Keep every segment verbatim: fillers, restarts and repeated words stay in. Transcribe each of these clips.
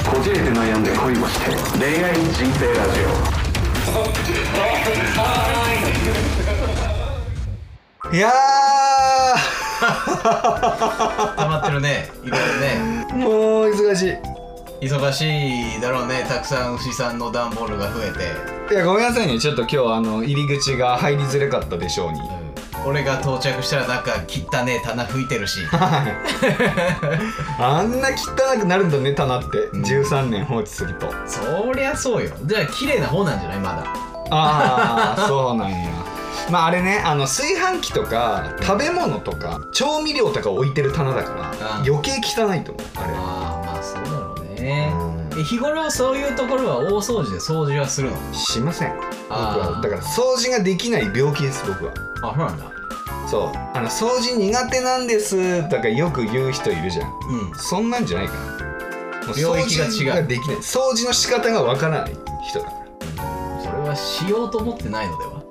こじれて悩んで恋をして恋愛人生ラジオ。いやー溜まってるね、いろいろね。 もう忙しい忙しいだろうね。たくさん牛さんの段ボールが増えて。 いやごめんなさいね、ちょっと今日あの入り口が入りづらかったでしょうに、うん、 俺が到着したらなんか汚ねえ棚拭いてるしあんな汚くなるんだね棚って、うん、じゅうさんねん放置すると。 そりゃそうよ。じゃあ綺麗な方なんじゃないまだ。 ああそうなんや。まああれね、あの炊飯器とか食べ物とか調味料とか置いてる棚だから余計汚いと思うあれ。 ああまあそうだろうね。え日頃そういうところは大掃除で掃除はするの？ しません僕は。だから掃除ができない病気です僕は。 あ、そうなんだ。 そう、あの掃除苦手なんですとかよく言う人いるじゃん、うん、そんなんじゃないかな。もう領域が違う。 掃除ができない、掃除の仕方がわからない人だから、 うん、それはしようと思ってないのでは。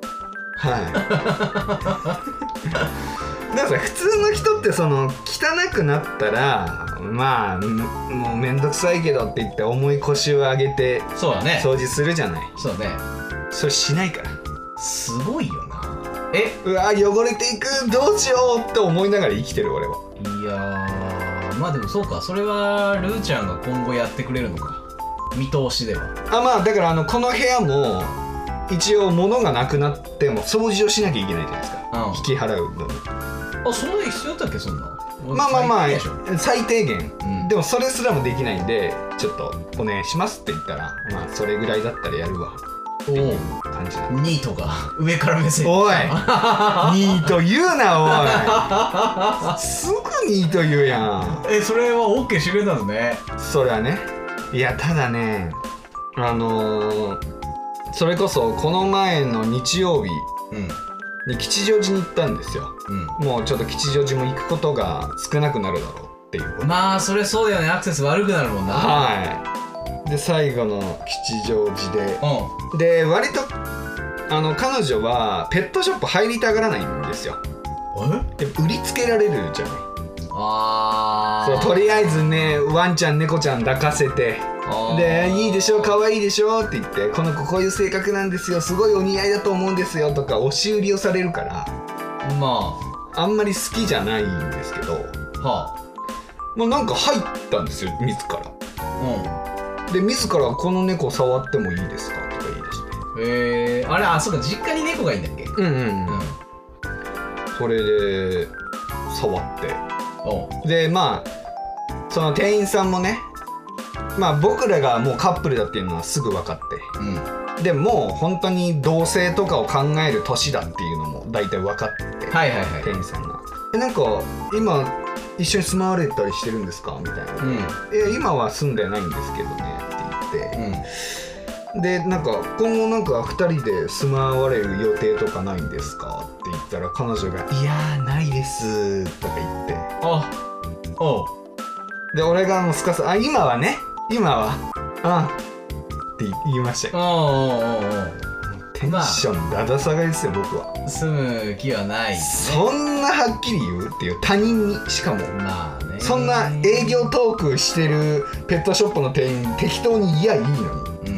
はいだからさ、普通の人ってその汚くなったらまあもうめんどくさいけどって言って重い腰を上げてそうだね、 掃除するじゃない。 そうだね。 それしないから。 すごいよな。えうわ汚れていくどうしようって思いながら生きてる俺は。 いやーまあでもそうか、それはルーちゃんが今後やってくれるのか、見通しでは。 あまあだからあのこの部屋も一応物がなくなっても掃除をしなきゃいけないじゃないですか、うん、引き払うのに。 あ、そんなに必要だっけそんな。 まあまあまあ最低限、うん、でもそれすらもできないんでちょっとお願いしますって言ったらまあそれぐらいだったらやるわっていう感じだ。 ニートが上から目線。 おいニート言うなおいすぐニート言うやん。 えそれは OK してくれたのね。 それはね。いやただねあのー、それこそこの前の日曜日に吉祥寺に行ったんですよ、うん、もうちょっと吉祥寺も行くことが少なくなるだろうっていう。 まあそれそうだよね、アクセス悪くなるもんな。 はいで最後の吉祥寺で、うん、で割とあの彼女はペットショップ入りたがらないんですよ。えで売りつけられるじゃない。あそうとりあえずねワンちゃん猫ちゃん抱かせてでいいでしょ可愛いでしょって言ってこの子こういう性格なんですよすごいお似合いだと思うんですよとか押し売りをされるからまああんまり好きじゃないんですけど、はあ、もうなんか入ったんですよ自ら、うん、で自らこの猫触ってもいいですかとか言い出して。 へえー、あれあそうか実家に猫がいいんだっけ。うんうんうん、うん、 それで触ってでまあその店員さんもねまあ僕らがもうカップルだっていうのはすぐ分かって、うん、でもう本当に同性とかを考える年だっていうのも大体分かって、はいはいはい、店員さんがえなんか今一緒に住まわれたりしてるんですかみたいな、うん、え今は住んでないんですけどねって言って、うん、でなんか今後なんかふたりで住まわれる予定とかないんですかって言ったら彼女がいやーないですとか言ってあおうで俺がもうすかさあ今はね今はあって言いましたよ。おうおうおうテンションだだ下がりですよ僕は。 住む気はない、ね、 そんなはっきり言うっていう他人にしかも、まあね、そんな営業トークしてるペットショップの店員適当に言やいいのに、うん、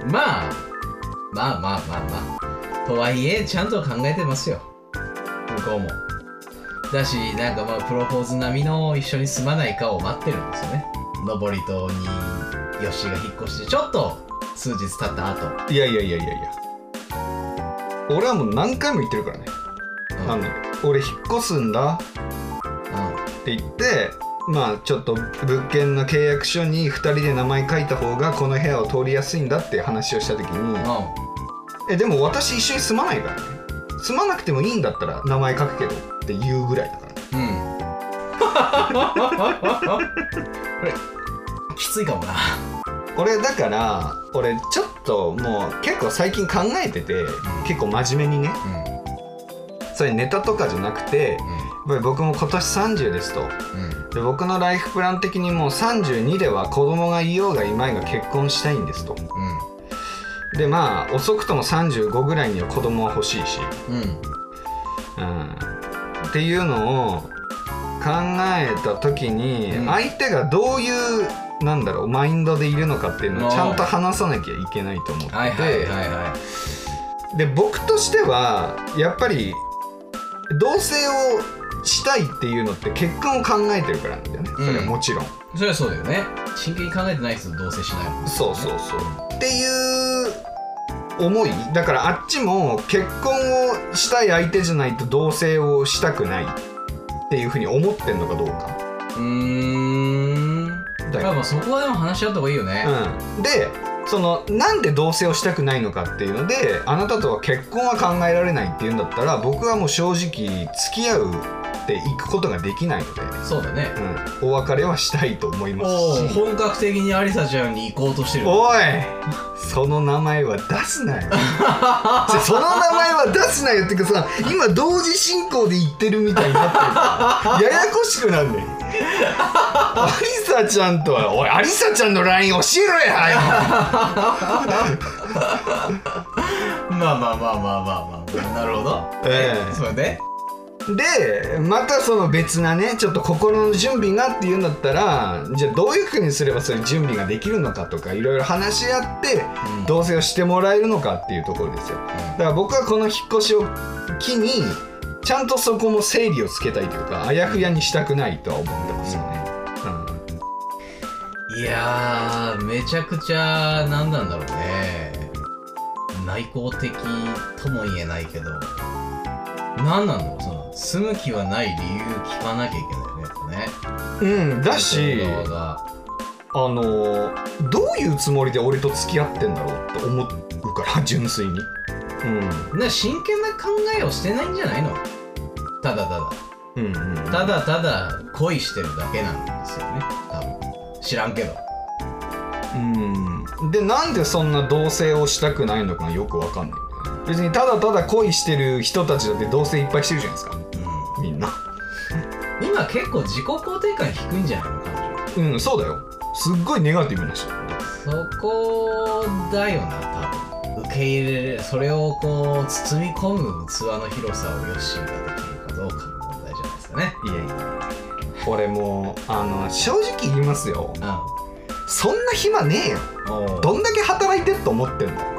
まあまあまあまあまあとはいえちゃんと考えてますよ向こうもだしなんかまあプロポーズ並みの一緒に住まないかを待ってるんですよね。登戸にヨッシーが引っ越してちょっと数日経った後。 いやいやいやいやいや俺はもう何回も言ってるからね、うん、なんだ俺引っ越すんだ、うん、って言ってまあちょっと物件の契約書にふたりで名前書いた方がこの部屋を通りやすいんだって話をした時に、うん、えでも私一緒に住まないからね住まなくてもいいんだったら名前書くけどって言うぐらいだからね。 うんきついかもな。 俺だから俺ちょっともう結構最近考えてて、うん、結構真面目にね、うん、それネタとかじゃなくて、うん、やっぱり僕も今年さんじゅうですと、うん、で僕のライフプラン的にもうさんじゅうにでは子供がいようがいまいが結婚したいんですと、うん、でまあ遅くともさんじゅうごぐらいには子供は欲しいし、うんうん、っていうのを考えた時に、うん、相手がどういうなんだろうマインドでいるのかっていうのをちゃんと話さなきゃいけないと思ってて、 はいはいはいはで僕としてはやっぱり同棲をしたいっていうのって結婚を考えてるからなんだよね、それはもちろん。 それはそうだよね。真剣に考えてない人と同棲しないもんね。 そうそうそうっていう思いだから、あっちも結婚をしたい相手じゃないと同棲をしたくないっていうふうに思ってんのかどうか。 うーん。だからまあそこはでも話し合った方がいいよね。 うん、でそのなんで同棲をしたくないのかっていうので、あなたとは結婚は考えられないっていうんだったら、僕はもう正直付き合うっていくことができないので、 そうだね、 うん、お別れはしたいと思いますし。 本格的にアリサちゃんに行こうとしてる。 おいその名前は出すなよその名前は出すなよってかさ、今同時進行で言ってるみたいになってるからややこしくなんねんアリサちゃんとは、おいアリサちゃんの ライン 教えろやまあまあまあまあまあまあ、なるほど。 ええ、 それででまたその別なねちょっと心の準備がっていうんだったら、じゃあどういうふうにすればそういう準備ができるのかとかいろいろ話し合って同棲をしてもらえるのかっていうところですよ。だから僕はこの引っ越しを機にちゃんとそこも整理をつけたいというか、あやふやにしたくないとは思ってますよね、 うん、いやーめちゃくちゃなんなんだろうね、内向的とも言えないけど、なんなんだろう、その住む気はない理由聞かなきゃいけないよね、やっぱね。 うんだし、 があのどういうつもりで俺と付き合ってんだろうって思うから純粋に、うん、 な真剣な考えをしてないんじゃないの、ただただ、 うんうんうん、 ただただ恋してるだけなんですよね、多分知らんけど。 うんでなんでそんな同棲をしたくないのかがよくわかんない。別にただただ恋してる人たちだって同棲いっぱいしてるじゃないですか、うん、みんな今結構自己肯定感低いんじゃないの彼女。 うんそうだよ、すっごいネガティブな人。 そこだよな多分。受け入れる、それをこう包み込む器の広さをヨッシーができるかどうかの問題じゃないですかね。 いやいや俺もうあの正直言いますよ、 うん、 そんな暇ねえよ、どんだけ働いてって思ってんだよ。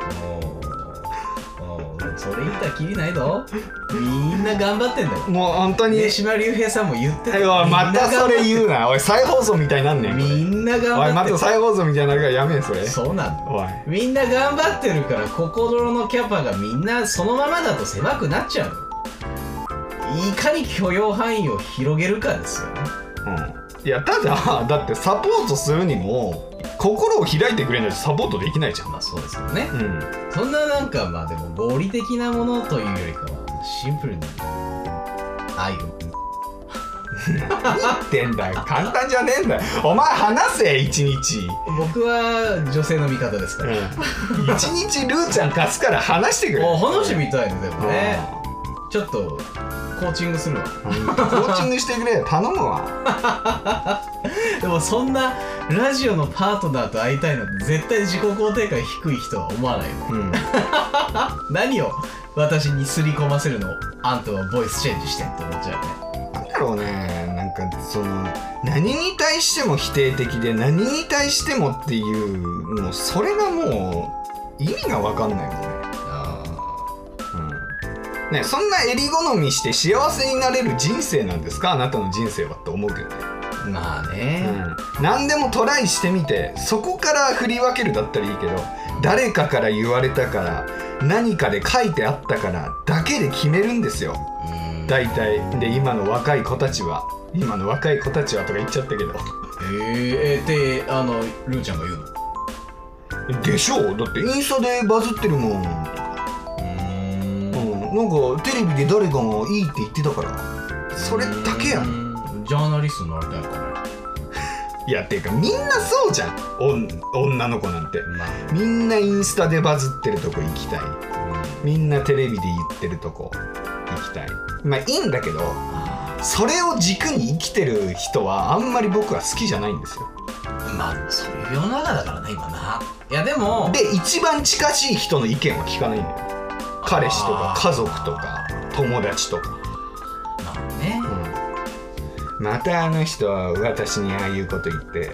それ言ったらきりないぞ。みんな頑張ってんだよ。 もう本当に上島竜兵さんも言ってたよ。またそれ言うな。おい再放送みたいになんねん。 みんな頑張ってる。 おいまた再放送みたいになるからやめんそれ。 そうなんだ。 おいみんな頑張ってるから心のキャパがみんなそのままだと狭くなっちゃうの。いかに許容範囲を広げるかですよね。 うん。いやただだってサポートするにも心を開いてくれないとサポートできないじゃん。 まあそうですよね、 うん、 そんななんかまあでも合理的なものというよりかはシンプルに愛を何言ってんだよ、簡単じゃねえんだよ。お前話せ一日。 僕は女性の味方ですから、 うん、一日ルーちゃん貸すから話してくれ。 もう話してみたいのでもね、ちょっとコーチングするわ、 うん、コーチングしてくれ頼むわでもそんなラジオのパートナーと会いたいなんて絶対自己肯定感低い人は思わないよね、うん、何を私にすり込ませるの、あんたはボイスチェンジしてって思っちゃうね。 なんだろうね、なんかその何に対しても否定的で何に対してもっていうもうそれがもう意味が分かんないもんね。あ、うん、ね、そんな襟好みして幸せになれる人生なんですかあなたの人生はって思うけどね。 まあね、 うん、何でもトライしてみてそこから振り分けるだったらいいけど、誰かから言われたから何かで書いてあったからだけで決めるんですよ大体。で今の若い子たちは今の若い子たちはとか言っちゃったけど、 えー、ってあのルーちゃんが言うのでしょう。だってインスタでバズってるもんとか、うーん、うん、なんかテレビで誰かがいいって言ってたからそれだけやん。 ジャーナリストになりたいのかね。 いやっていうかみんなそうじゃん、お女の子なんて、まあ、みんなインスタでバズってるとこ行きたい、うん、みんなテレビで言ってるとこ行きたい。まあいいんだけど、それを軸に生きてる人はあんまり僕は好きじゃないんですよ。 まあそういう世の中だからね今な。いやでもで一番近しい人の意見は聞かないんだよ。彼氏とか家族とか友達とか。まあね、うん、またあの人は私にああいうこと言って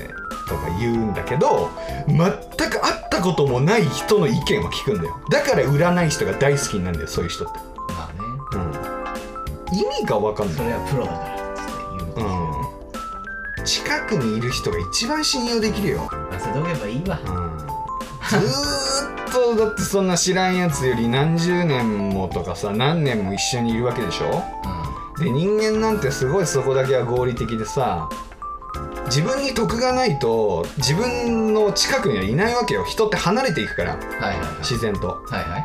とか言うんだけど、全く会ったこともない人の意見は聞くんだよ。だから占い師とか大好きになるんだよ、そういう人って。 まあね、 うん、意味が分かんない。それはプロだからって言うの、ね、 うん、近くにいる人が一番信用できるよ。 汗どけばいいわ、うん、 ずーっとだってそんな知らんやつより何十年もとかさ、何年も一緒にいるわけでしょ、うん、で人間なんてすごいそこだけは合理的でさ、自分に得がないと自分の近くにはいないわけよ。人って離れていくから、はいはいはい、自然と、はいはい、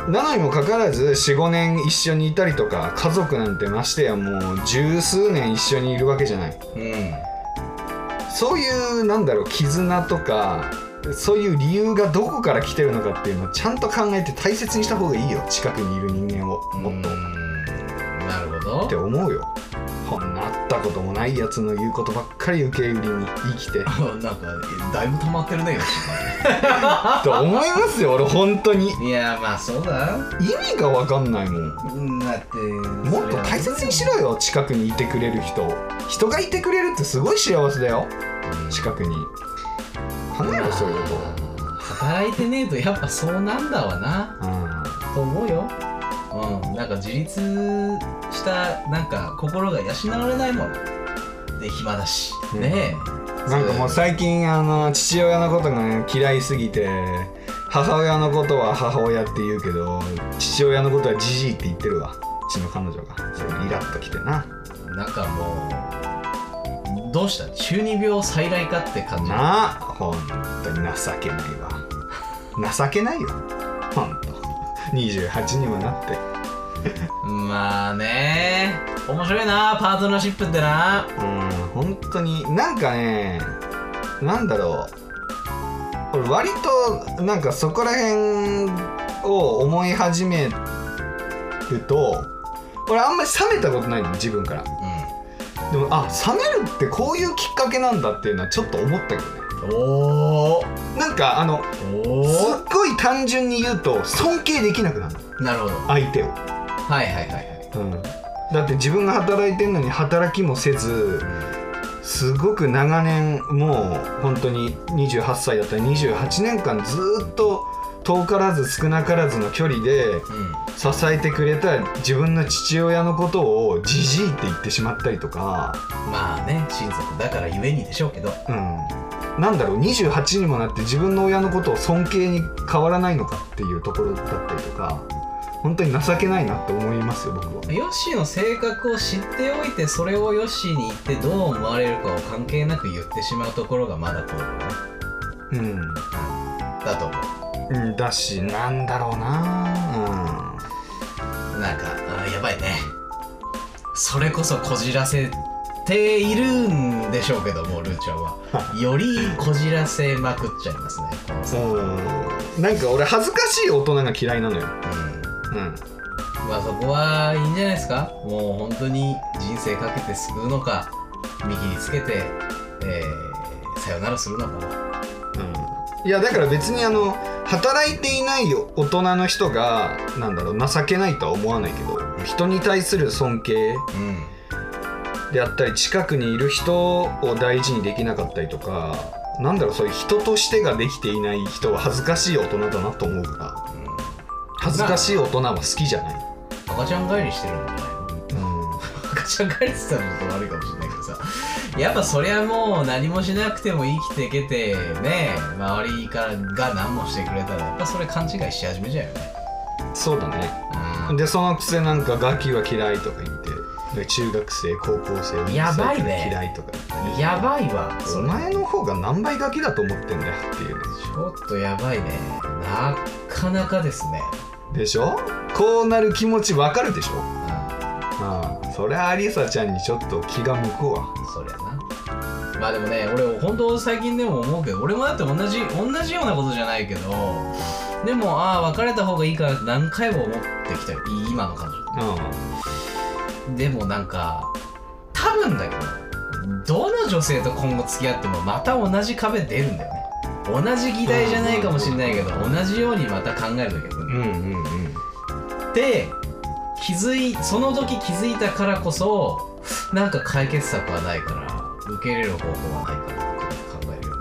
なのにもかかわらず よん,ご 年一緒にいたりとか、家族なんてましてやもう十数年一緒にいるわけじゃない、うん、そういうなんだろう絆とか、そういう理由がどこから来てるのかっていうのをちゃんと考えて大切にした方がいいよ、近くにいる人間をもっと。 なるほどって思うよ。こんな会ったこともないやつの言うことばっかり受け売りに生きてなんかだいぶ溜まってるねよと思いますよ、俺本当に。 いやまあそうだ、 意味が分かんないもん。 だってもっと大切にしろよ、近くにいてくれる人。人がいてくれるってすごい幸せだよ、うん、近くに。考えろ、そういうこと。 働いてねえとやっぱそうなんだわな、うん、と思うよ。うん、なんか自立したなんか心が養われないもので暇だし、うん、ねえ。なんかもう最近あの父親のことが、ね、嫌いすぎて、母親のことは母親って言うけど父親のことはジジイって言ってるわ、うちの彼女が。それイラッときてな。 なんかもうどうした、中二病再来かって感じなあ。ほんとに情けないわ。情けないよほんと。にじゅうはちにもなってまあね、面白いなパートナーシップってな。 うん、本当になんかね、なんだろう、俺割となんかそこら辺を思い始めると、俺あんまり冷めたことないの自分から、うん、でもあ、冷めるってこういうきっかけなんだっていうのはちょっと思ったけどね。おー、なんかあのすっごい単純に言うと尊敬できなくなるの。 なるほど、 相手を。 はいはいはいはい、 うん、だって自分が働いてんのに働きもせず、すごく長年もう本当ににじゅうはっさいだったらにじゅうはちねんかんずっと遠からず少なからずの距離で支えてくれた自分の父親のことをジジイって言ってしまったりとか。 まあね、親族だからゆえにでしょうけど、 うん、なんだろう、にじゅうはちにもなって自分の親のことを尊敬に変わらないのかっていうところだったりとか、本当に情けないなって思いますよ僕は。 ヨッシーの性格を知っておいて、それをヨッシーに言ってどう思われるかを関係なく言ってしまうところがまだこうね、うん、だと思う。 うん、だし、なんだろうな、 うん、なんかあやばいね、それこそこじらせているんでしょうけども、ルーちゃんはよりこじらせまくっちゃいますねこのさ。 うん、なんか俺恥ずかしい大人が嫌いなのよ。うん、うん、 まあそこはいいんじゃないですか。もう本当に人生かけて救うのか、右につけて、えー、さよならするのかは、 うん、いやだから別にあの働いていない大人の人がなんだろう情けないとは思わないけど、人に対する尊敬であったり、近くにいる人を大事にできなかったりとか、なんだろう、そういう人としてができていない人は恥ずかしい大人だなと思うから、恥ずかしい大人は好きじゃない。 赤ちゃん帰りしてるんじゃないの、うん、赤ちゃん帰りって言ったらちょっと悪いかもしれないけどさ、やっぱそりゃもう何もしなくても生きていけてね、周りからが何もしてくれたらやっぱそれ勘違いし始めちゃうよね。 そうだね、うん、でそのくせなんかガキは嫌いとか言って、中学生高校生はやばいね、 嫌いとか言って、ね、 やばいわ。 お前の方が何倍ガキだと思ってんだよっていうね。 ちょっとやばいね、なかなかですね。 でしょ、こうなる気持ちわかるでしょ。ああ、そりゃアリサちゃんにちょっと気が向くわ。 そりゃな。まあでもね、俺本当最近でも思うけど、俺もだって同じ同じようなことじゃないけど、でもああ別れた方がいいかなって何回も思ってきたよ、今の彼女。うん、でもなんか多分だけど、どの女性と今後付き合ってもまた同じ壁出るんだよね。同じ議題じゃないかもしれないけど、同じようにまた考える時は、うんうんうん、で気づいその時気づいたからこそ、なんか解決策はないから受け入れる方法はないかなって考えるよ。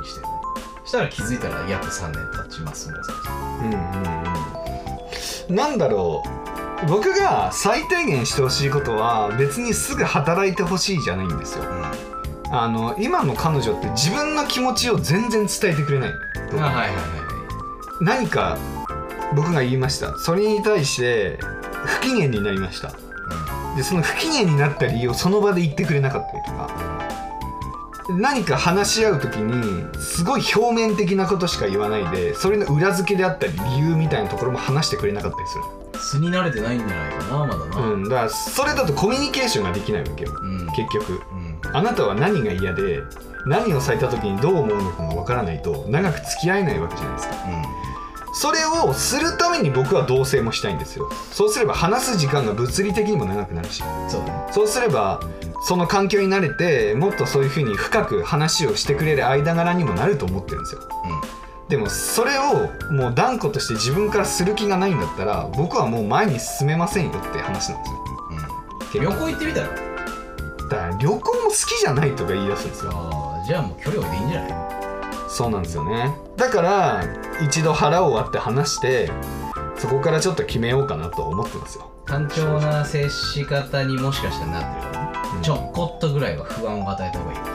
したら気づいたら約さんねん経ちますもん。 うんうんうん。なんだろう、僕が最低限してほしいことは別にすぐ働いてほしいじゃないんですよ、うん、あの今の彼女って自分の気持ちを全然伝えてくれない。 あ、はいはいはい。 何か僕が言いました。それに対して不機嫌になりました、うん、でその不機嫌になった理由をその場で言ってくれなかったりとか、何か話し合う時にすごい表面的なことしか言わないで、それの裏付けであったり理由みたいなところも話してくれなかったりする。 素に慣れてないんじゃないかな、まだな。 うん、だからそれだとコミュニケーションができないわけよ、うん、結局、うん、あなたは何が嫌で何をされた時にどう思うのかがわからないと長く付き合えないわけじゃないですか、うん、それをするために僕は同棲もしたいんですよ。そうすれば話す時間が物理的にも長くなるし、そうね、そうすればその環境に慣れてもっとそういう風に深く話をしてくれる間柄にもなると思ってるんですよ、うん、でもそれをもう断固として自分からする気がないんだったら僕はもう前に進めませんよって話なんですよ、 うん、旅行行ってみたら？ だから旅行も好きじゃないとか言い出すんですよ。 ああ、じゃあもう距離置いていいんじゃない？ そうなんですよね。だから一度腹を割って話してそこからちょっと決めようかなと思ってますよ。 単調な接し方にもしかしたらなってるからね、うん、ちょこっとぐらいは不安を与えた方がい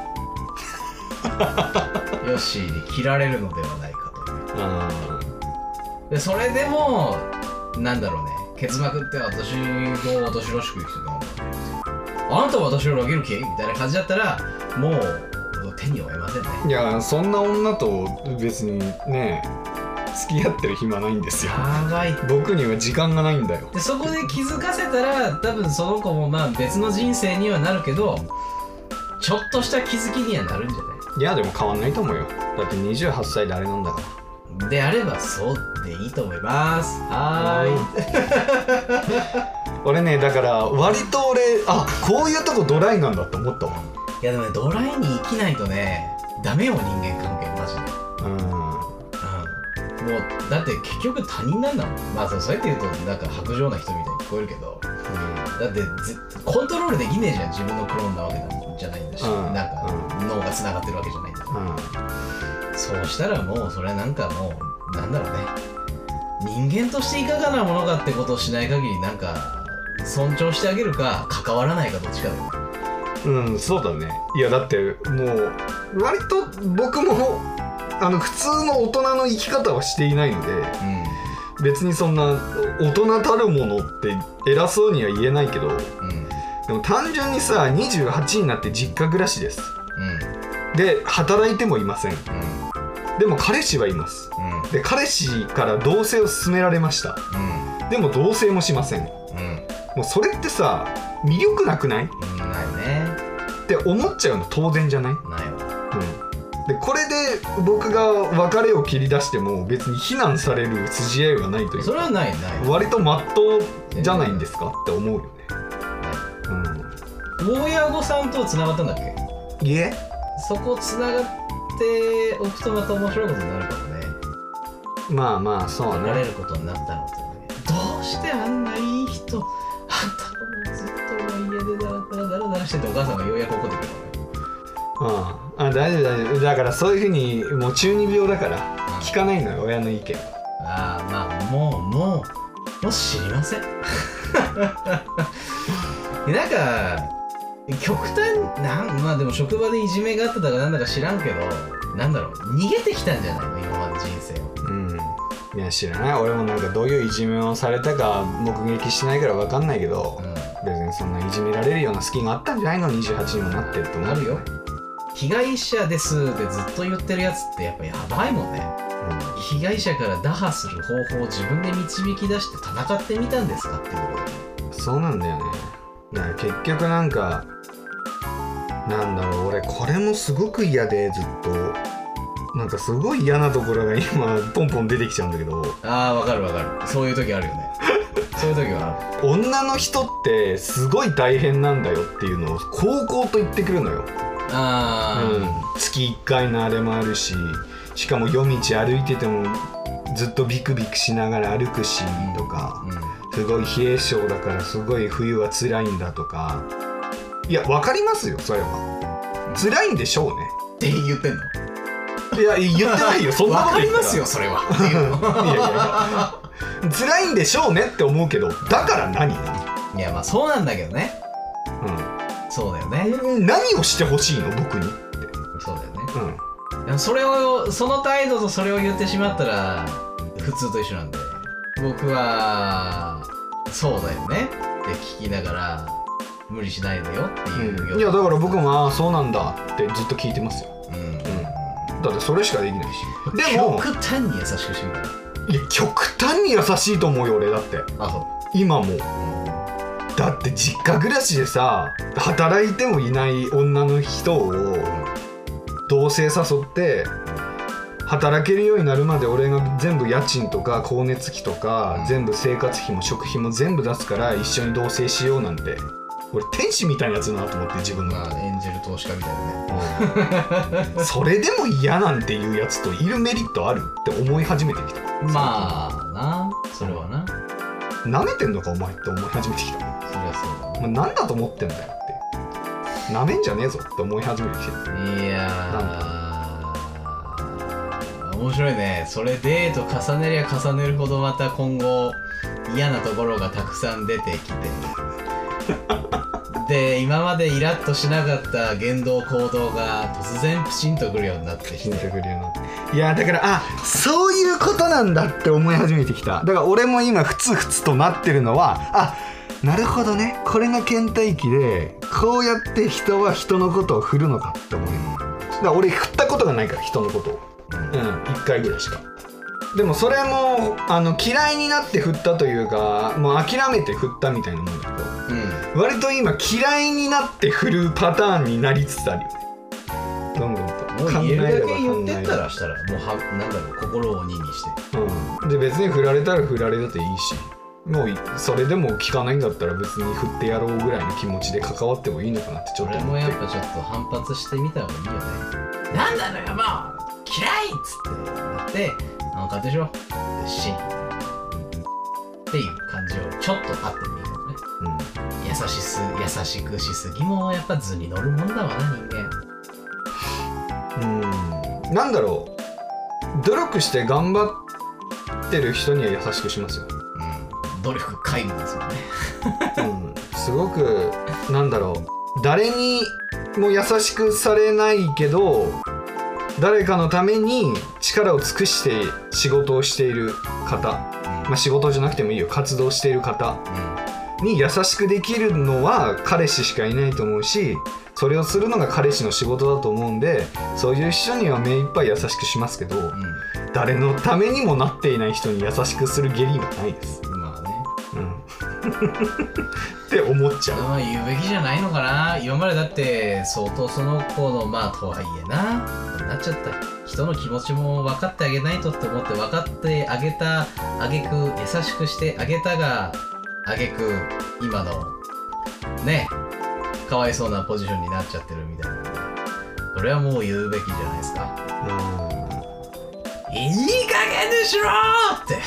いわヨッシーに切られるのではないかという。あでそれでもなんだろうね、ケツまくって私と私らしく生きてたあなたは私を裏切る気みたいな感じだったらもう手に負えませんね。いやそんな女と別にね付き合ってる暇ないんですよ。長い。僕には時間がないんだよ。 でそこで気づかせたら多分その子もまあ別の人生にはなるけどちょっとした気づきにはなるんじゃない？ いやでも変わんないと思うよ。だってにじゅうはっさいであれなんだから。 であればそうでいいと思います。はーい俺ねだから割と俺あこういうとこドライなんだと思ったわ。 いやでもねドライに生きないとねダメよ人間関係マジで。うんもうだって結局他人なんだもん。まあそうやって言うとなんか薄情な人みたいに聞こえるけど、うん、だってコントロールできねえじゃん自分のクローンなわけじゃないんだし、うん、なんか、うん、脳がつながってるわけじゃないんだから、うん、そうしたらもうそれはなんかもうなんだろうね人間としていかがなものかってことをしない限りなんか尊重してあげるか関わらないかどっちかだよね。 うんそうだね。いやだってもう割と僕もあの普通の大人の生き方はしていないので、うん、別にそんな大人たるものって偉そうには言えないけど、うん、でも単純にさにじゅうはちになって実家暮らしです、うん、で働いてもいません、うん、でも彼氏はいます、うん、で彼氏から同棲を勧められました、うん、でも同棲もしません、うん、もうそれってさ魅力なくない？ うん、ないねって思っちゃうの当然じゃない？ ないわ、 うんでこれで僕が別れを切り出しても別に非難される筋合いはないというか、 それはないない割とまっとうじゃないんですかって思うよね。 うん。親御さんとつながったんだっけ？ いえ。 そこつながっておくとまた面白いことになるかもね。 まあまあそうね。 なれることになったのってどうしてあんないい人あんたもずっと家でダラダラダラダラしててお母さんがようやく怒ってくるのね。 うん、あ大丈夫大丈夫だからそういうふうにもう中二病だから聞かないのよ、うん、親の意見。 ああまあもうもうもう知りませんなんか極端なんまあでも職場でいじめがあっただかなんだか知らんけどなんだろう逃げてきたんじゃないの今まで人生を。うんいや知らない俺もなんかどういういじめをされたか目撃しないから分かんないけど、うん、別にそんないじめられるような隙があったんじゃないのにじゅうはちにもなってると思う。 あるよ。被害者ですってずっと言ってるやつってやっぱやばいもんね、うん、被害者から打破する方法を自分で導き出して戦ってみたんですかっていうことだよね。 そうなんだよね。だから結局なんかなんだろう俺これもすごく嫌でずっとなんかすごい嫌なところが今ポンポン出てきちゃうんだけど。 ああわかるわかるそういう時あるよねそういう時はある。女の人ってすごい大変なんだよっていうのを高校と言ってくるのよ。あうん、月いっかいのあれもあるししかも夜道歩いててもずっとビクビクしながら歩くしとか、うんうん、すごい冷え性だからすごい冬は辛いんだとか。いや分かりますよそれは辛いんでしょうねって言ってんのいや言ってないよそんなこと言ったらわかりますよそれはいやいやいや辛いんでしょうねって思うけどだから何なの。 いやまあそうなんだけどね、うん、そうだよね。 何をしてほしいの僕にって。 そうだよね、 うん、 いやそれをその態度とそれを言ってしまったら普通と一緒なんで、僕はそうだよねって聞きながら無理しないでよっていう、 うん、いやだから僕もああそうなんだってずっと聞いてますよ、うんうん、だってそれしかできないし。でも極端に優しくしてみたら。 いや極端に優しいと思うよ俺だって。 あそう今も、うん、だって実家暮らしでさ働いてもいない女の人を同棲誘って働けるようになるまで俺が全部家賃とか光熱費とか、うん、全部生活費も食費も全部出すから一緒に同棲しようなんて俺天使みたいなやつだなと思って自分が、 まあ、エンジェル投資家みたいなね、 うん、それでも嫌なんていうやつといるメリットあるって思い始めてきた。 まあなそれはな舐めてんのかお前って思い始めてきた。 そりゃそうだ、 まあ、何だと思ってんだよって舐めんじゃねえぞって思い始めてきてる。 いやー面白いね。それデート重ねりゃ重ねるほどまた今後嫌なところがたくさん出てきてで今までイラッとしなかった言動行動が突然プチンとくるようになってきて、 ピンとくるようになって、いやだからあそういうことなんだって思い始めてきた。だから俺も今ふつふつとなってるのはあなるほどねこれが倦怠期でこうやって人は人のことを振るのかって思う。だから俺振ったことがないから人のことをうんいっかいぐらいしか。でもそれもあの嫌いになって振ったというかもう諦めて振ったみたいなもんだけど、うん、割と今嫌いになって振るパターンになりつつあるよね。どんどんともう言えるだけ言ってったらしたらもうはなんだろう心を鬼にして、 うん、で別に振られたら振られたっていいしもうそれでも聞かないんだったら別に振ってやろうぐらいの気持ちで関わってもいいのかなってちょっと思って。 俺もやっぱちょっと反発してみた方がいいよね。なんなのよもう嫌いっつってなってあの勝手でしょしっていう感じをちょっとあってもいいかもね、うん、優しす優しくしすぎもやっぱ図に乗るもんだわな人間。 うんなんだろう努力して頑張ってる人には優しくしますよ、 うん、努力皆無ですよね、 うん、すごくなんだろう誰にも優しくされないけど誰かのために力を尽くして仕事をしている方、うんまあ、仕事じゃなくてもいいよ活動している方に優しくできるのは彼氏しかいないと思うしそれをするのが彼氏の仕事だと思うんでそういう人には目いっぱい優しくしますけど、うん、誰のためにもなっていない人に優しくする義理はないです。 まあね、 うん、って思っちゃう。 まあ言うべきじゃないのかな。今までだって相当その子のまあとはいえななっちゃった人の気持ちも分かってあげないとって思って分かってあげたあげく優しくしてあげたがあげく今のねかわいそうなポジションになっちゃってるみたいな。それはもう言うべきじゃないですか。うんいい加減にしろーって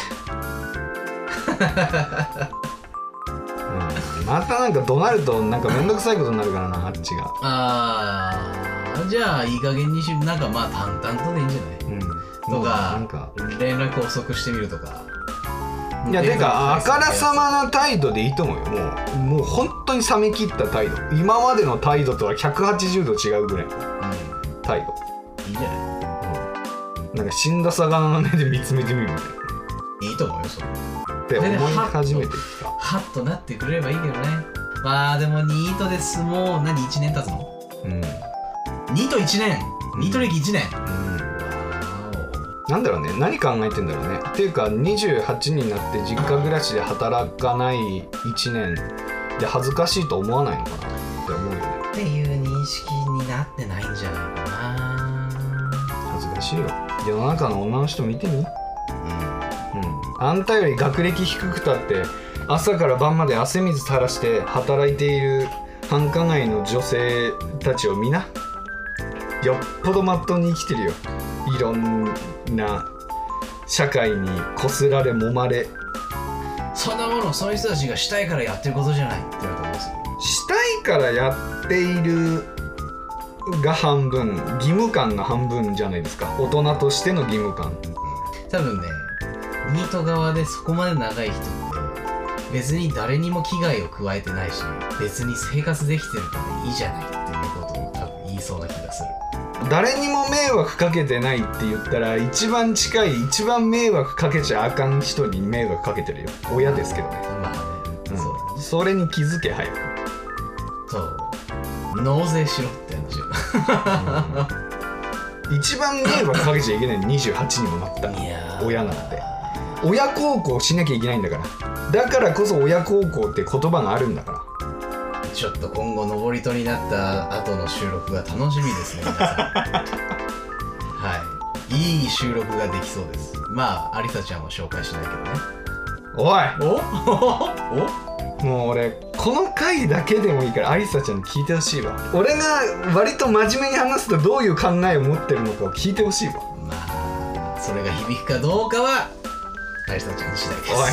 うん、またなんか怒鳴るとなんかめんどくさいことになるからなあっちが。 あーじゃあいい加減にしなんかまあ淡々とでいいんじゃない、うん、とかなんか連絡遅くしてみるとか。 いやてかあからさまな態度でいいと思うよ。もうもう本当に冷め切った態度今までの態度とはひゃくはちじゅうど違うぐらいの態度、 うん、いいんじゃない、 うん、なんか死んだ魚の目で見つめてみるみたいないいと思うよそれって思い始めてきた。 ハッとなってくれればいいけどね。まあでもニートですもう何いちねん経つの、うん、ニートいちねん、ニート歴いちねん、うんなんだろうね何考えてんだろうねっていうかにじゅうはちになって実家暮らしで働かないいちねんで恥ずかしいと思わないのかなって思うよねっていう認識になってないんじゃないかな。 恥ずかしいよ世の中の女の人見てみ、うんうん、あんたより学歴低くたって朝から晩まで汗水垂らして働いている繁華街の女性たちを見な。よっぽどまっとうに生きてるよ。いろんな社会にこすられ揉まれそんなものそういう人たちがしたいからやってることじゃないって言われたんですよ。 したいからやっているが半分、義務感が半分じゃないですか。大人としての義務感。 多分ね、ニート側でそこまで長い人って別に誰にも危害を加えてないし、別に生活できてるからいいじゃないっていうことを多分言いそうな気がする。 誰にも迷惑かけてないって言ったら、一番近い一番迷惑かけちゃあかん人に迷惑かけてるよ。親ですけどね。 まあね、 うん、 そうだね。 それに気づけ早く。 そう納税しろって話よ、 うん、一番迷惑かけちゃいけないのにじゅうはちにもなった親なんて。親孝行しなきゃいけないんだから。だからこそ親孝行って言葉があるんだから。 ちょっと今後登り戸になった後の収録が楽しみですね、皆さん。はい、いい収録ができそうです。まあ有沙ちゃんを紹介しないけどね。 おいおおもう俺この回だけでもいいから有沙ちゃんに聞いてほしいわ。俺が割と真面目に話すとどういう考えを持ってるのかを聞いてほしいわ。 まあそれが響くかどうかは有沙ちゃん次第です。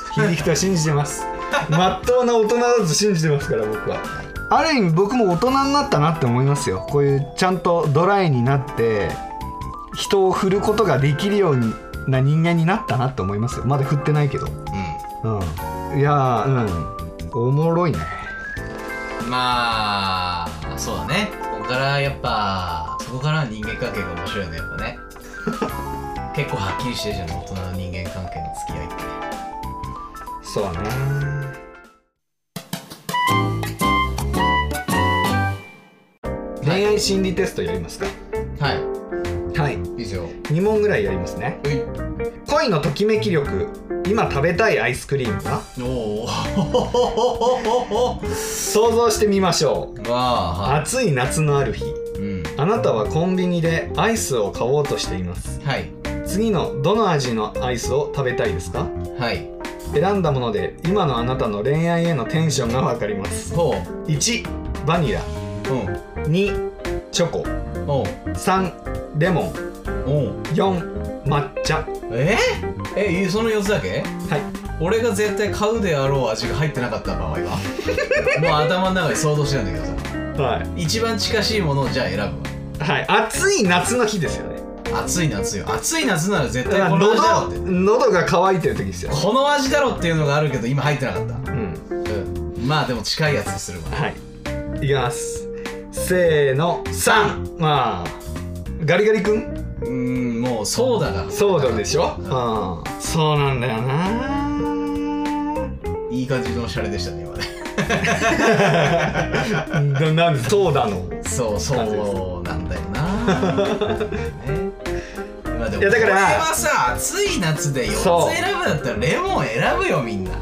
おい響くとは信じてます。まっとうな大人だと信じてますから僕は。ある意味僕も大人になったなって思いますよ。こういうちゃんとドライになって人を振ることができるような人間になったなって思いますよ。まだ振ってないけど。うん、うん、いやー、うん、おもろいね。 まあそうだね。ここからやっぱそこから人間関係が面白いね、やっぱね。結構はっきりしてるじゃん、大人の人間関係の付き合いって。 そうだね。恋愛心理テストやりますか。 はいはい、 いいですよ。 に問ぐらいやりますね。恋のときめき力、今食べたいアイスクリームは？お想像してみましょう。はい、暑い夏のある日、うん、あなたはコンビニでアイスを買おうとしています。はい、次のどの味のアイスを食べたいですか？はい、選んだもので今のあなたの恋愛へのテンションが分かります。いちバニラ、うん、にチョコ、さんレモン、よん抹茶。えー、 えそのよっつだけ？ はい。 俺が絶対買うであろう味が入ってなかった場合はもう頭の中で想像してたんだけどさ、はい、一番近しいものをじゃあ選ぶわ。 はい、暑い夏の日ですよね。 暑い夏よ。暑い夏なら絶対この味だろって。 喉が渇いてる時ですよ。 この味だろっていうのがあるけど今入ってなかった。うん、うん、まあでも近いやつにするわ。 はい、いきます。せーのさん。まあガリガリ君、 うーん、もうソーダがソーダでしょ。うん、そうなんだよな。 いい感じのシャレでしたね今ね。 なんでソーダのそうそうなんだよな。ね、まあでもいやだからこれはさ、暑い夏でよっつ選ぶだったらレモン選ぶよみんな。うん、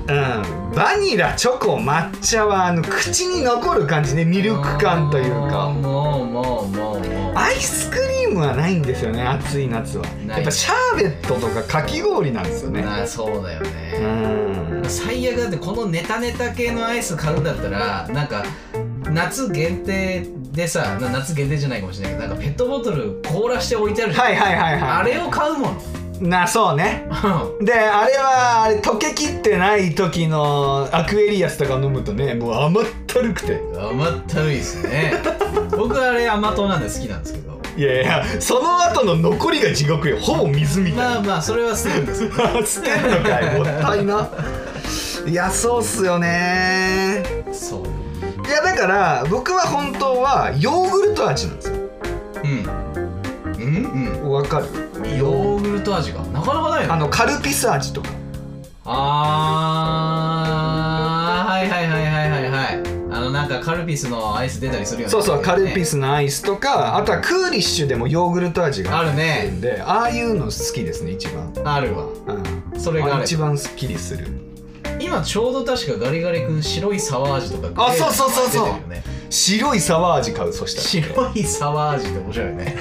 バニラ、チョコ、抹茶はあの口に残る感じね、ミルク感というか。もうもうもうもうアイスクリームはないんですよね、暑い夏は。やっぱシャーベットとかかき氷なんですよね。 あ、そうだよね。うん、最悪だって。このネタネタ系のアイス買うんだったらなんか夏限定でさ、夏限定じゃないかもしれないけど、なんかペットボトル凍らして置いてあるじゃん。はいはいはいはい。あれを買うものな。そうね。であれはあれ溶けきってない時のアクエリアスとか飲むとね、もう甘ったるくて甘ったるいですね。僕はあれ甘党なんで好きなんですけど。 いやいや、その後の残りが地獄よ。ほぼ水みたいな。 まあまあそれは捨てるんですよ。 捨てるのかい、もったいな。いやそうっすよね。そう。いやだから僕は本当はヨーグルト味なんですよ。うんうんうん、わかる？ ヨーグルト味がなかなかないよね。 あのカルピス味とか。 あー、はいはいはいはいはいはい。あのなんかカルピスのアイス出たりするよね。 そうそう、カルピスのアイスとか、あとはクーリッシュでもヨーグルト味があるね。 で、ああいうの好きですね、一番。 あるわ。うん。それがあれ一番すっきりする。 今ちょうど確かガリガリ君白いサワー味とか。 あ、そうそうそうそう。白いサワー味買う。そしたら。白いサワー味って面白いね。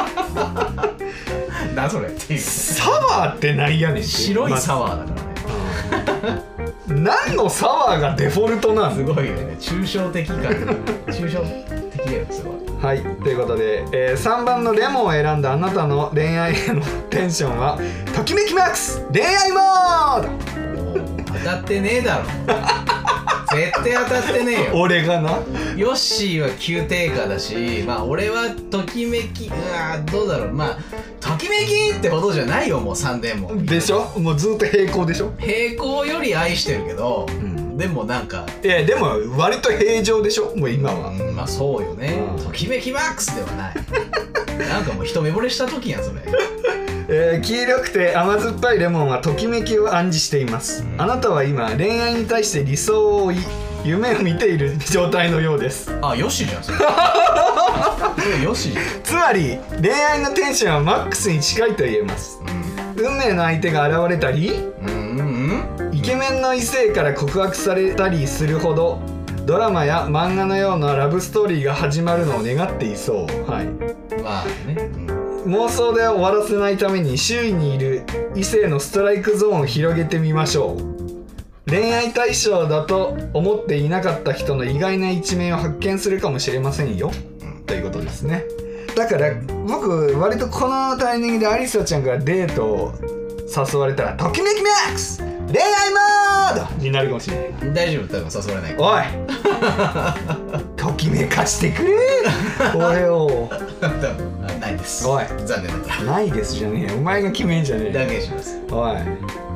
なそれっていう。 サワーってなんやねん。 白いサワーだからね。 何のサワーがデフォルトなの？ すごいよね。抽象的感。抽象的だよすごい。 はい、ということで、えー、さんばんのレモンを選んだあなたの恋愛へのテンションはときめきマックス恋愛モード。 当たってねえだろ。 絶対当たってねえよ。 俺がな。 ヨッシーは急低下だし、まあ俺はときめき、うわどうだろう、まあときめきってほどじゃないよ、もうさんねんも。 でしょ、もうずっと平行でしょ。 平行より愛してるけど、うん、でもなんかいやでも割と平常でしょもう今は。 うん、まあそうよね、うん、ときめきマックスではないなんかもう一目惚れした時やんそれ。 えー、黄色くて甘酸っぱいレモンはときめきを暗示しています、うん、あなたは今恋愛に対して理想を追い夢を見ている状態のようです。 あ、よしじゃんそれよしつまり恋愛のテンションはマックスに近いと言えます、うん、運命の相手が現れたり、うんうん、イケメンの異性から告白されたりするほどドラマや漫画のようなラブストーリーが始まるのを願っていそう。はい、 まあね、うん、 妄想で終わらせないために周囲にいる異性のストライクゾーンを広げてみましょう。恋愛対象だと思っていなかった人の意外な一面を発見するかもしれませんよ、うん、ということですね。だから僕割とこのタイミングでアリサちゃんからデートを誘われたらときめきマックス恋愛モードになるかもしれない。 大丈夫、多分誘われない。 おいときめかしてくれ俺をないです。 おい残念ながらないですじゃねえよ、お前が決めんじゃねえよ。 断言します。 おい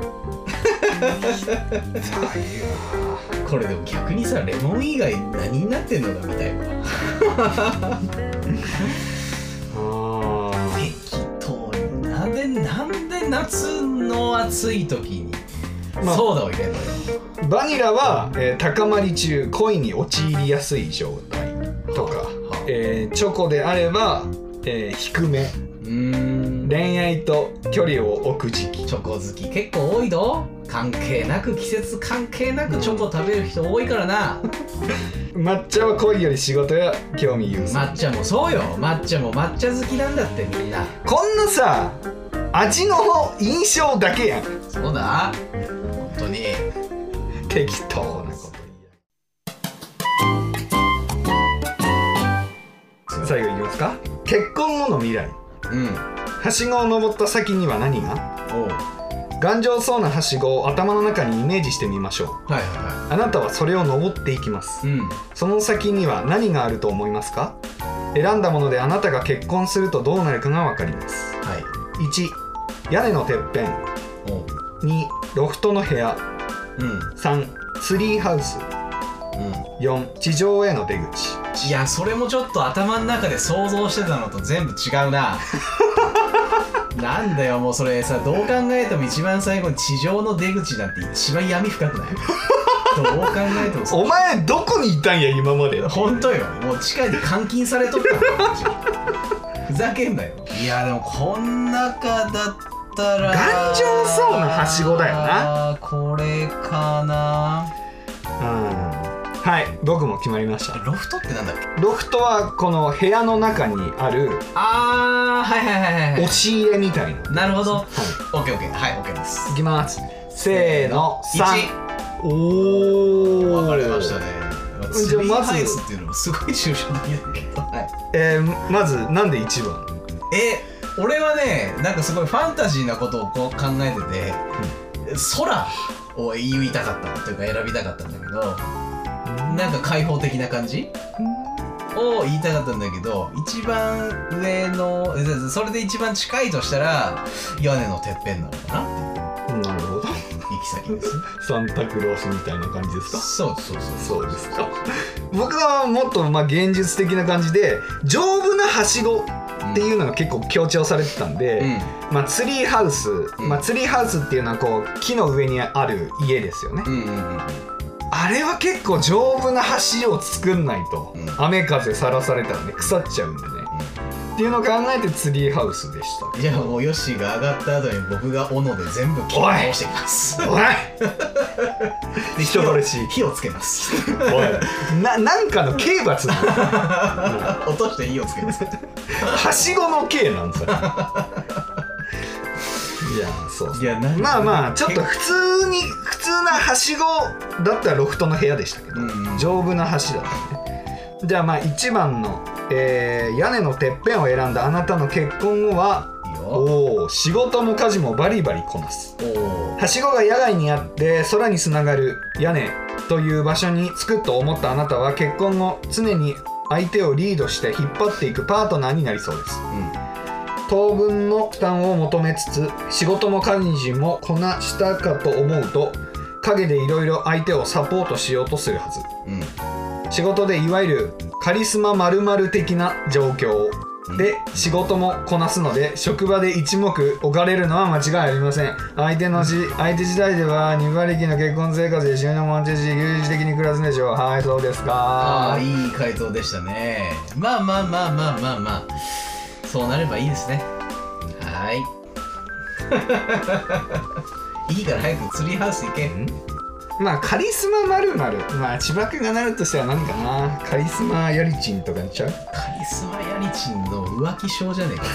これでも逆にさレモン以外何になってんのかみたいな適当になんでなんで夏の暑い時に、まあ、ソーダを入れるのよ。 バニラは、えー、高まり中恋に陥りやすい状態とか、はあはあえー、チョコであれば、えー、低め、うーん恋愛と距離を置く時期。 チョコ好き結構多いど。関係なく季節関係なくチョコ食べる人多いからな抹茶は恋より仕事や興味優先。 抹茶もそうよ、抹茶も抹茶好きなんだってみんな。 こんなさ味の印象だけやん。 そうだ本当に適当なこと言う。最後いきますか。結婚後の未来。うん。はしごを登った先には何が。おう。頑丈そうなはしごを頭の中にイメージしてみましょう。はいはいはい。あなたはそれを登っていきます、うん、その先には何があると思いますか。選んだものであなたが結婚するとどうなるかが分かります、はい、いち屋根のてっぺん、にロフトの部屋、うん、さんツリーハウス、うん、よん地上への出口。 いやそれもちょっと頭の中で想像してたのと全部違うななんだよもうそれさ、どう考えても一番最後に地上の出口なんて一番闇深くないどう考えてもお前どこにいたんや今まで。 本当よ、もう地下に監禁されとったふざけんなよ。いやでもこん中だったら頑丈そうなはしごだよな。 これかな。 うんはい、僕も決まりました。 ロフトってなんだっけ。 ロフトはこの部屋の中にあるあーはいはいはいはい押し入れみたいな。 なるほど、はい、オッケーオッケー、はいオッケーです。 いきますせーのさん。おー分かれましたね。 じゃあまずハイスっていうのもすごい抽象的だけど、はい、 えー、まずなんでいちばん。 え俺はねなんかすごいファンタジーなことをこう考えてて、うん、空を言いたかったというか選びたかったんだけど、なんか開放的な感じを言いたかったんだけど、一番上のそれで一番近いとしたら屋根のてっぺんなのかなっていう。 なるほど。 行き先です。 サンタクロースみたいな感じですか。 そうそうそうそうですか。僕はもっとまあ現実的な感じで丈夫なはしごっていうのが結構強調されてたんで、うん、まあツリーハウス、うん、まあツリーハウスっていうのはこう木の上にある家ですよね。うんうんうん、あれは結構丈夫な橋を作んないと、うん、雨風さらされたらね腐っちゃうんでね、うん、っていうのを考えてツリーハウスでした。 じゃあもうヨッシーが上がった後に僕が斧で全部木を倒していきます。 おいで人殺し火をつけます。 おい な, なんかの刑罰落として火をつけます。 はしごの刑なんですよ。いやそうそう、いやまあまあちょっと普通に普通なはしごだったらロフトの部屋でしたけど、うんうん、丈夫な橋だったんで。じゃあまあいちばんの、えー、屋根のてっぺんを選んだあなたの結婚後は、お仕事も家事もバリバリこなす。はしごが野外にあって空につながる屋根という場所に着くと思ったあなたは結婚後常に相手をリードして引っ張っていくパートナーになりそうです、うん、当分の負担を求めつつ仕事も家事もこなしたかと思うと陰でいろいろ相手をサポートしようとするはず、うん、仕事でいわゆるカリスマ〇〇的な状況で仕事もこなすので職場で一目置かれるのは間違いありません。相手のし相手時代ではに割力の結婚生活で収入も安定し悠々的に暮らすんでしょう。はい、そうですか。 ああ、いい回答でしたね。まあまあまあまあまあまあそうなればいいですね。はいいいから早くツリーハウス行け。 まあカリスマ〇〇、まあ千葉君がなるとしたら何かな。カリスマヤリチンとかにちゃう。 カリスマヤリチンの浮気症じゃねえか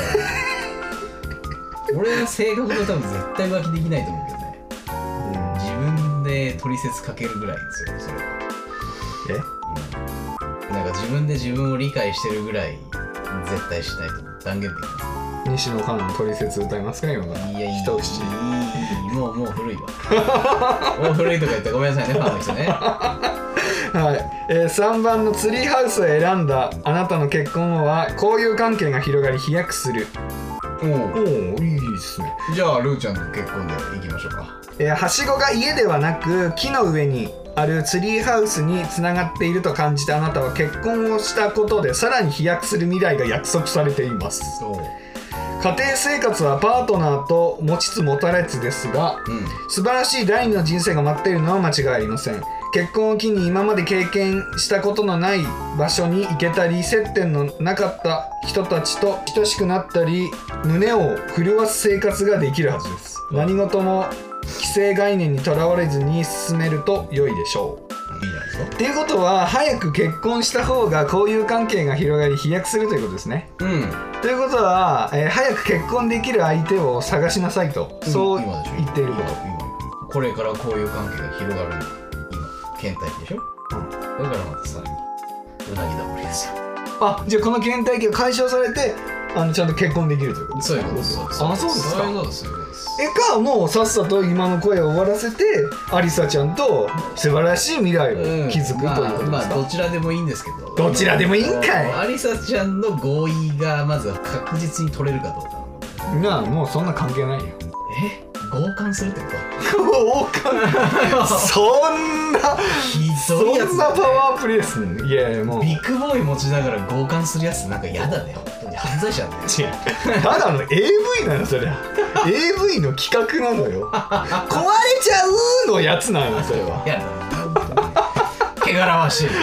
俺の性格と多分絶対浮気できないと思うけどね、うん、自分で取説かけるぐらいですよそれは。 え、 うん、なんか自分で自分を理解してるぐらい絶対しないと断言できます。 西野カナの取説歌いますか今から。 いやいい一節。 もうもう古いわもう古いとか言ってごめんなさいねファンの人ねはい、えー、さんばんのツリーハウスを選んだあなたの結婚後は交友関係が広がり飛躍する。 おおいいですね。 じゃあルーちゃんと結婚でいきましょうか。 えー、はしごが家ではなく木の上にあるツリーハウスにつながっていると感じたあなたは結婚をしたことでさらに飛躍する未来が約束されています。家庭生活はパートナーと持ちつ持たれつですが、うん、素晴らしい第二の人生が待っているのは間違いありません。結婚を機に今まで経験したことのない場所に行けたり接点のなかった人たちと親しくなったり胸を震わす生活ができるはずです、うん、何事も既成概念にとらわれずに進めると良いでしょう。いいじゃないですか。っていうことは早く結婚した方が交友関係が広がり飛躍するということですね。うんということは、えー、早く結婚できる相手を探しなさいと、うん、そう言っていること。 これから交友関係が広がる今倦怠期でしょ、うん、だからまたさらにうなぎだもりですよ。 あ、じゃあこの倦怠期が解消されてあのちゃんと結婚できるということですか。 そういうことです。 あ、そうですか。 そういうことです。 えかもうさっさと今の声を終わらせてアリサちゃんと素晴らしい未来を築く、うん、ということですか。まあ、 まあどちらでもいいんですけど。 どちらでもいいんかい。 アリサちゃんの合意がまずは確実に取れるかどうか。 なあもうそんな関係ないよ。 え強姦するってこと？ 強姦そんなひどいやつ、ね、 そんなパワープレイすんの。いやいやもうビッグボーイ持ちながら強姦するやつなんか嫌だね。犯罪者ね。 ただの エーブイ なのそれは。エーブイ の企画なのよ。壊れちゃうのやつなのそれは。 いや汚らわしい。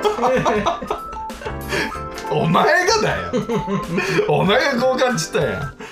お前がだよ。お前が強姦したやん。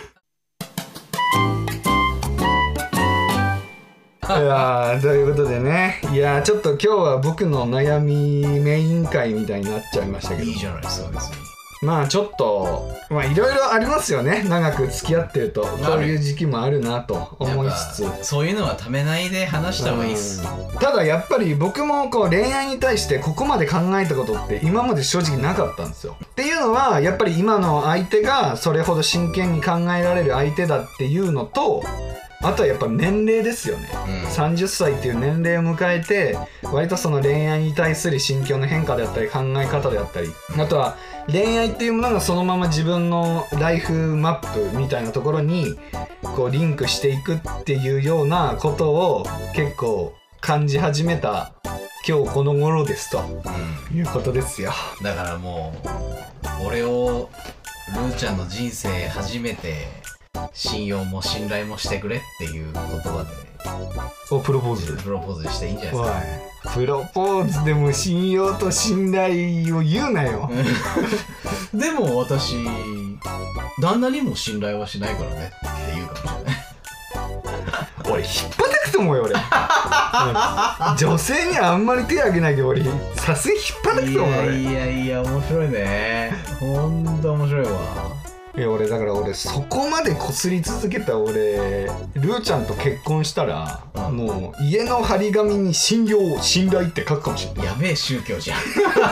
いやーということでね、いやーちょっと今日は僕の悩みメイン会みたいになっちゃいましたけど。 いいじゃないですか別に。 まあちょっとまあいろいろありますよね。長く付き合ってるとそういう時期もあるなと思いつつ、 そういうのはためないで話した方がいいっす。 ただやっぱり僕もこう恋愛に対してここまで考えたことって今まで正直なかったんですよ。っていうのはやっぱり今の相手がそれほど真剣に考えられる相手だっていうのと、あとはやっぱ年齢ですよね、うん、さんじゅっさいっていう年齢を迎えて割とその恋愛に対する心境の変化であったり考え方であったり、あとは恋愛っていうものがそのまま自分のライフマップみたいなところにこうリンクしていくっていうようなことを結構感じ始めた今日この頃ですと、うん、いうことですよ。 だからもう俺をルーちゃんの人生初めて信用も信頼もしてくれっていう言葉でおプロポーズプロポーズしていいんじゃないですか。プロポーズでも信用と信頼を言うなよ。 でも私旦那にも信頼はしないからねって言うかもしれない。 俺引っ張くと思うよ俺。女性にはあんまり手挙げないけど俺さすがに引っ張くと思う俺。 いやいやいや面白いね。ほんと面白いわ。 いや俺だから俺そこまでこすり続けた俺ルーちゃんと結婚したら、うん、もう家の張り紙に信用信頼って書くかもしれない。 やべえ宗教じゃん。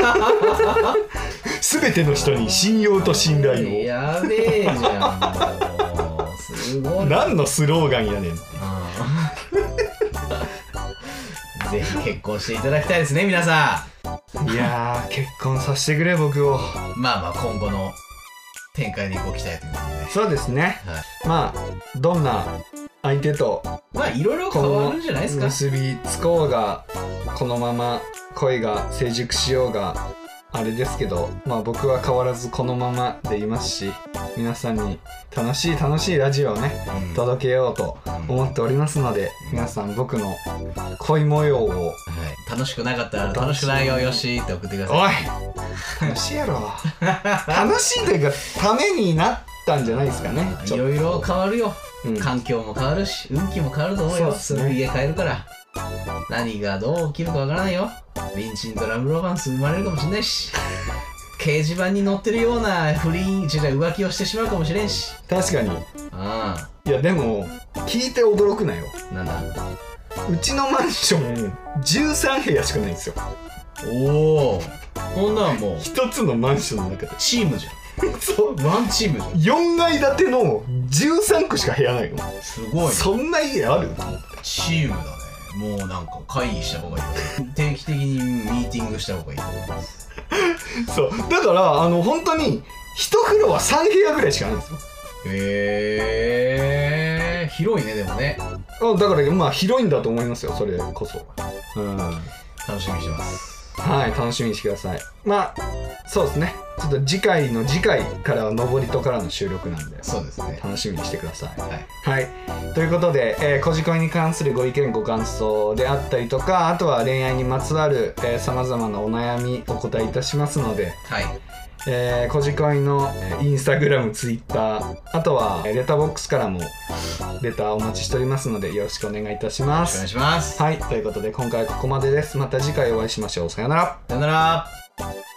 全ての人に信用と信頼を。 やべえじゃんもうすごい。 何のスローガンやねんって。 ぜひ結婚していただきたいですね、皆さいやー、結婚させてくれ、僕を。 ん。まあまあ今後の展開にご期待ということでね。 そうですね。 はい、 まあどんな相手とまあいろいろ変わるんじゃないですか。 結びつこうが、このまま恋が成熟しようがあれですけど、まあ僕は変わらずこのままでいますし、皆さんに楽しい楽しいラジオをね、 うん、 届けようと思っておりますので、皆さん僕の恋模様を、 はい、楽しくなかったら楽しくないよよしって送ってください。 おい楽しいやろ楽しいというかためになったんじゃないですかね。 いろいろ変わるよ、 うん、 環境も変わるし運気も変わると思うよ。すぐ家帰るから何がどう起きるかわからないよ。リンチンとラブロマンス生まれるかもしれないし、掲示板に載ってるような不倫違う浮気をしてしまうかもしれんし。 確かに。 あいやでも聞いて驚くなよ。 あ、なんだ。 うちのマンションじゅうさんへやしかないんですよ。 おお、こんなんもう一つのマンションの中でチームじゃん。 そうワンチームじゃん。 よんかい建てのじゅうさんこしか部屋ないの。 すごいね。 そんな家ある？ チームだね。もうなんか会議した方がいい。定期的にミーティングした方がいいと思います。 そうだからあの本当に一フロアさんへやぐらいしかないんですよ。 へえー、広いね。でもね、 あだからまあ広いんだと思いますよ、それこそ。うん楽しみにしてます。 はい、楽しみにしてください。まあそうですね、ちょっと次回の次回からは登りとからの収録なんで、 そうですね、 楽しみにしてください。 はい、 はい、ということで、えー、こじこいに関するご意見ご感想であったりとか、あとは恋愛にまつわるさまざまなお悩みお答えいたしますので、 はい、 えー、こじこいのインスタグラム、ツイッター、あとはレターボックスからもレターお待ちしておりますので、よろしくお願いいたします。 よろしくお願いします。 はい、ということで今回はここまでです。また次回お会いしましょう。さよなら。 さよなら。